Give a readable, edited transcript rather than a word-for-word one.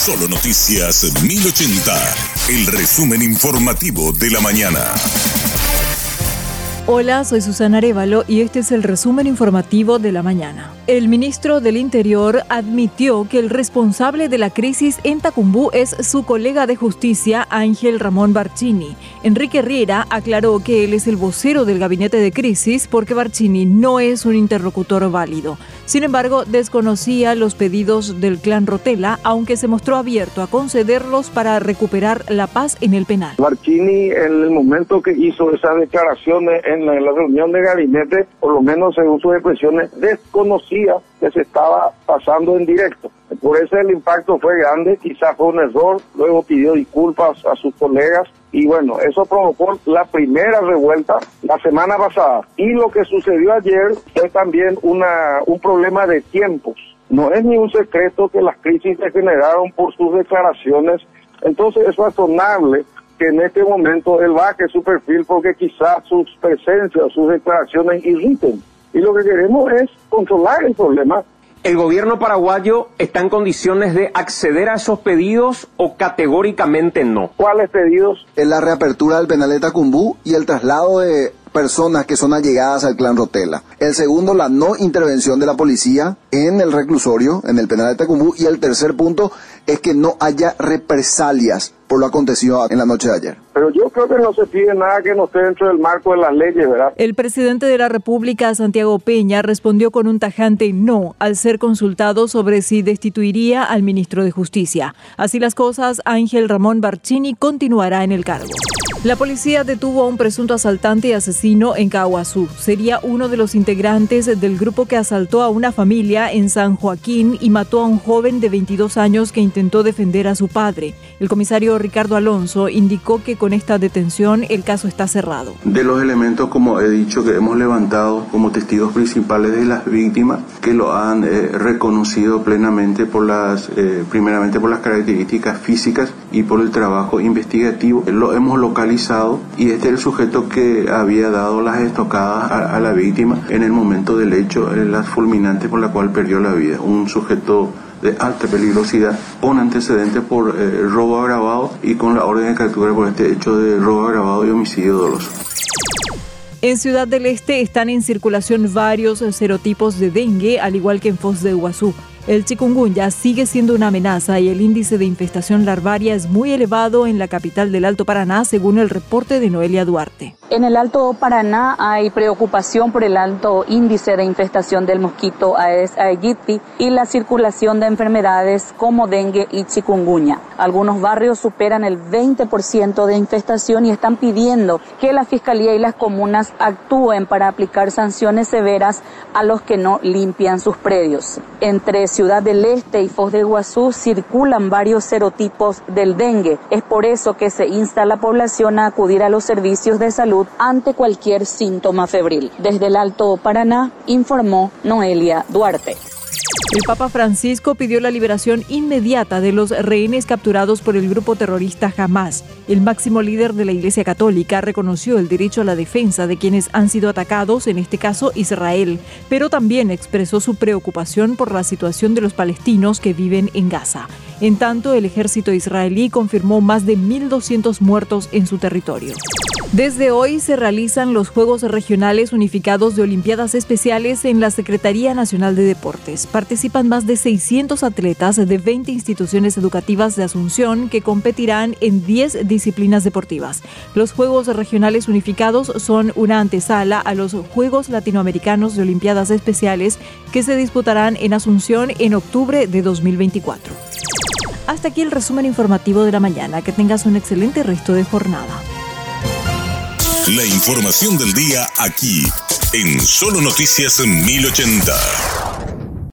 Solo Noticias 1080, el resumen informativo de la mañana. Hola, soy Susana Arévalo y este es el resumen informativo de la mañana. El ministro del Interior admitió que el responsable de la crisis en Tacumbú es su colega de justicia, Ángel Ramón Barcini. Enrique Riera aclaró que él es el vocero del gabinete de crisis porque Barcini no es un interlocutor válido. Sin embargo, desconocía los pedidos del clan Rotella, aunque se mostró abierto a concederlos para recuperar la paz en el penal. Barcini, en el momento que hizo esas declaraciones en la reunión de gabinete, por lo menos según sus expresiones, desconocía que se estaba pasando en directo. Por eso el impacto fue grande, quizás fue un error, luego pidió disculpas a sus colegas y bueno, eso provocó la primera revuelta la semana pasada. Y lo que sucedió ayer fue también un problema de tiempos. No es ni un secreto que las crisis se generaron por sus declaraciones, entonces es razonable que en este momento él baje su perfil porque quizás sus presencias, sus declaraciones irriten. Y lo que queremos es controlar el problema. ¿El gobierno paraguayo está en condiciones de acceder a esos pedidos o categóricamente no? ¿Cuáles pedidos? Es la reapertura del penal de Tacumbú y el traslado de personas que son allegadas al clan Rotella. El segundo, la no intervención de la policía en el reclusorio, en el penal de Tacumbú. Y el tercer punto es que no haya represalias por lo acontecido en la noche de ayer. Pero yo creo que no se pide nada que no esté dentro del marco de las leyes, ¿verdad? El presidente de la República, Santiago Peña, respondió con un tajante no al ser consultado sobre si destituiría al ministro de Justicia. Así las cosas, Ángel Ramón Barcini continuará en el cargo. La policía detuvo a un presunto asaltante y asesino en Caaguazú. Sería uno de los integrantes del grupo que asaltó a una familia en San Joaquín y mató a un joven de 22 años que intentó defender a su padre. El comisario Ricardo Alonso indicó que con esta detención el caso está cerrado. De los elementos, como he dicho, que hemos levantado como testigos principales de las víctimas, que lo han reconocido plenamente primeramente por las características físicas y por el trabajo investigativo, lo hemos localizado y este es el sujeto que había dado las estocadas a la víctima en el momento del hecho, las fulminantes por la cual perdió la vida. Un sujeto de alta peligrosidad, con antecedentes por robo agravado y con la orden de captura por este hecho de robo agravado y homicidio doloso. En Ciudad del Este están en circulación varios serotipos de dengue, al igual que en Foz de Iguazú. El chikungunya sigue siendo una amenaza y el índice de infestación larvaria es muy elevado en la capital del Alto Paraná, según el reporte de Noelia Duarte. En el Alto Paraná hay preocupación por el alto índice de infestación del mosquito Aedes aegypti y la circulación de enfermedades como dengue y chikungunya. Algunos barrios superan el 20% de infestación y están pidiendo que la Fiscalía y las comunas actúen para aplicar sanciones severas a los que no limpian sus predios. Entre Ciudad del Este y Foz de Iguazú circulan varios serotipos del dengue. Es por eso que se insta a la población a acudir a los servicios de salud ante cualquier síntoma febril. Desde el Alto Paraná, informó Noelia Duarte. El Papa Francisco pidió la liberación inmediata de los rehenes capturados por el grupo terrorista Hamás. El máximo líder de la Iglesia Católica reconoció el derecho a la defensa de quienes han sido atacados, en este caso Israel, pero también expresó su preocupación por la situación de los palestinos que viven en Gaza. En tanto, el ejército israelí confirmó más de 1.200 muertos en su territorio. Desde hoy se realizan los Juegos Regionales Unificados de Olimpiadas Especiales en la Secretaría Nacional de Deportes. Participan más de 600 atletas de 20 instituciones educativas de Asunción que competirán en 10 disciplinas deportivas. Los Juegos Regionales Unificados son una antesala a los Juegos Latinoamericanos de Olimpiadas Especiales que se disputarán en Asunción en octubre de 2024. Hasta aquí el resumen informativo de la mañana. Que tengas un excelente resto de jornada. La información del día aquí, en Solo Noticias 1080.